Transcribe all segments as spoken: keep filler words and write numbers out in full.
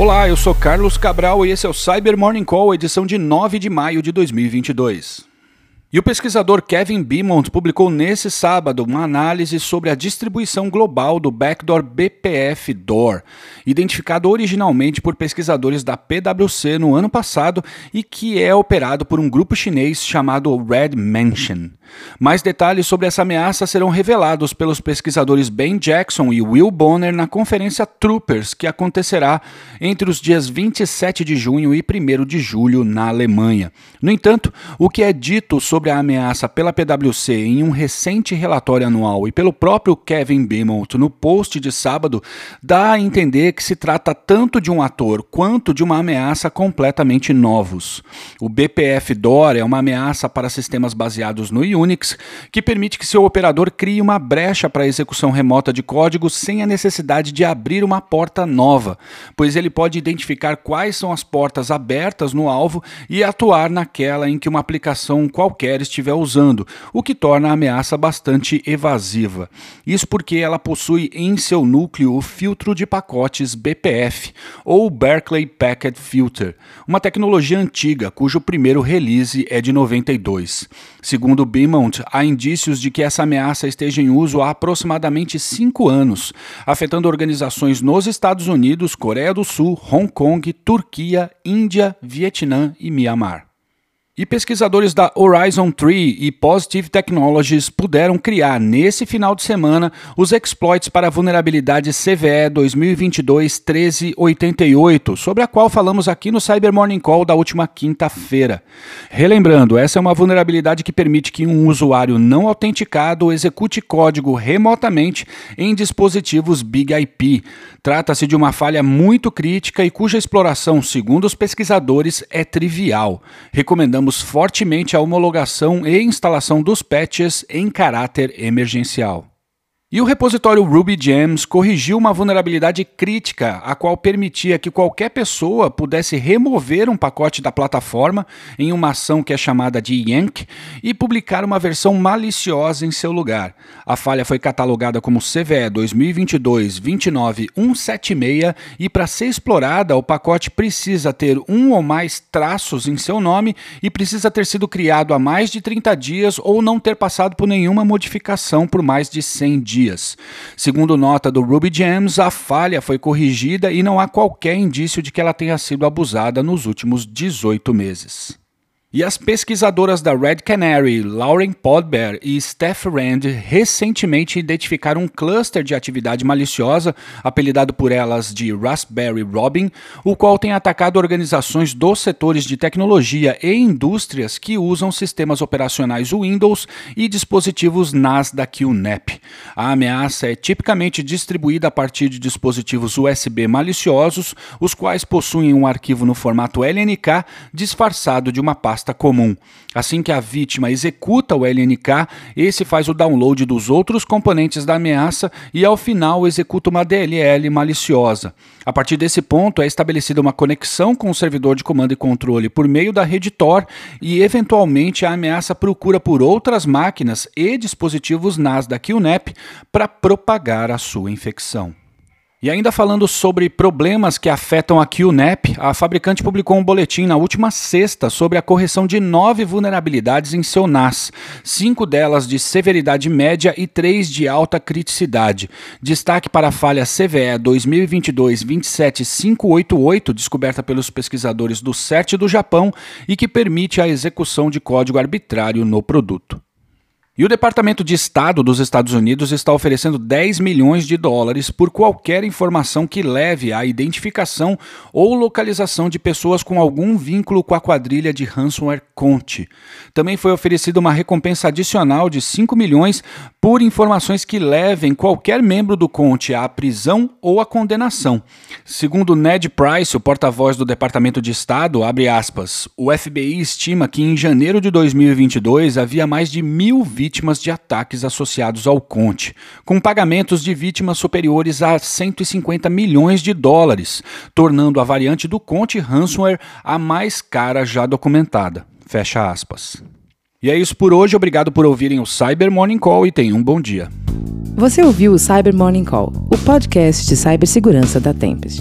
Olá, eu sou Carlos Cabral e esse é o Cyber Morning Call, edição de nove de maio de dois mil e vinte e dois. E o pesquisador Kevin Beaumont publicou nesse sábado uma análise sobre a distribuição global do backdoor B P F Door, identificado originalmente por pesquisadores da P W C no ano passado e que é operado por um grupo chinês chamado Red Mansion. Mais detalhes sobre essa ameaça serão revelados pelos pesquisadores Ben Jackson e Will Bonner na conferência Troopers, que acontecerá entre os dias vinte e sete de junho e primeiro de julho na Alemanha. No entanto, o que é dito sobre a ameaça pela P W C em um recente relatório anual e pelo próprio Kevin Beaumont no post de sábado dá a entender que se trata tanto de um ator quanto de uma ameaça completamente novos. O B P F Door é uma ameaça para sistemas baseados no Unix que permite que seu operador crie uma brecha para a execução remota de código sem a necessidade de abrir uma porta nova, pois ele pode identificar quais são as portas abertas no alvo e atuar naquela em que uma aplicação qualquer estiver usando, o que torna a ameaça bastante evasiva. Isso porque ela possui em seu núcleo o filtro de pacotes B P F, ou Berkeley Packet Filter, uma tecnologia antiga cujo primeiro release é de noventa e dois. Segundo Beaumont, há indícios de que essa ameaça esteja em uso há aproximadamente cinco anos, afetando organizações nos Estados Unidos, Coreia do Sul, Hong Kong, Turquia, Índia, Vietnã e Mianmar. E pesquisadores da Horizon três e Positive Technologies puderam criar nesse final de semana os exploits para a vulnerabilidade C V E dois mil e vinte e dois ponto treze ponto oitenta e oito, sobre a qual falamos aqui no Cyber Morning Call da última quinta-feira. Relembrando, essa é uma vulnerabilidade que permite que um usuário não autenticado execute código remotamente em dispositivos Big I P. Trata-se de uma falha muito crítica e cuja exploração, segundo os pesquisadores, é trivial. Recomendamos fortemente a homologação e instalação dos patches em caráter emergencial. E o repositório RubyGems corrigiu uma vulnerabilidade crítica, a qual permitia que qualquer pessoa pudesse remover um pacote da plataforma em uma ação que é chamada de yank e publicar uma versão maliciosa em seu lugar. A falha foi catalogada como C V E dois mil e vinte e dois ponto vinte e nove ponto cento e setenta e seis e para ser explorada o pacote precisa ter um ou mais traços em seu nome e precisa ter sido criado há mais de trinta dias ou não ter passado por nenhuma modificação por mais de cem dias. Segundo nota do RubyGems, a falha foi corrigida e não há qualquer indício de que ela tenha sido abusada nos últimos dezoito meses. E as pesquisadoras da Red Canary, Lauren Podber e Steph Rand, recentemente identificaram um cluster de atividade maliciosa, apelidado por elas de Raspberry Robin, o qual tem atacado organizações dos setores de tecnologia e indústrias que usam sistemas operacionais Windows e dispositivos N A S da Q N A P. A ameaça é tipicamente distribuída a partir de dispositivos U S B maliciosos, os quais possuem um arquivo no formato L N K disfarçado de uma pasta comum. Assim que a vítima executa o L N K, esse faz o download dos outros componentes da ameaça e ao final executa uma D L L maliciosa. A partir desse ponto é estabelecida uma conexão com o servidor de comando e controle por meio da rede Tor e eventualmente a ameaça procura por outras máquinas e dispositivos N A S da Q N A P para propagar a sua infecção. E ainda falando sobre problemas que afetam a Q N A P, a fabricante publicou um boletim na última sexta sobre a correção de nove vulnerabilidades em seu N A S, cinco delas de severidade média e três de alta criticidade. Destaque para a falha C V E dois mil e vinte e dois ponto vinte e sete ponto quinhentos e oitenta e oito, descoberta pelos pesquisadores do CERT do Japão e que permite a execução de código arbitrário no produto. E o Departamento de Estado dos Estados Unidos está oferecendo dez milhões de dólares por qualquer informação que leve à identificação ou localização de pessoas com algum vínculo com a quadrilha de ransomware Conti. Também foi oferecida uma recompensa adicional de cinco milhões por informações que levem qualquer membro do Conti à prisão ou à condenação. Segundo Ned Price, o porta-voz do Departamento de Estado, abre aspas, o F B I estima que em janeiro de dois mil e vinte e dois havia mais de mil vítimas de ataques associados ao Conti, com pagamentos de vítimas superiores a cento e cinquenta milhões de dólares, tornando a variante do Conti ransomware a mais cara já documentada. Fecha aspas. E é isso por hoje, obrigado por ouvirem o Cyber Morning Call e tenham um bom dia. Você ouviu o Cyber Morning Call, o podcast de cibersegurança da Tempest.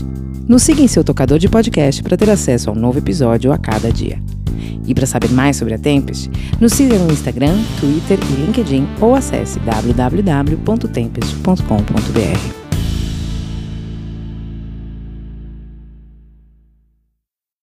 Nos siga em seu tocador de podcast para ter acesso a um novo episódio a cada dia. E para saber mais sobre a Tempest, nos siga no Instagram, Twitter e LinkedIn ou acesse w w w ponto tempest ponto com ponto b r.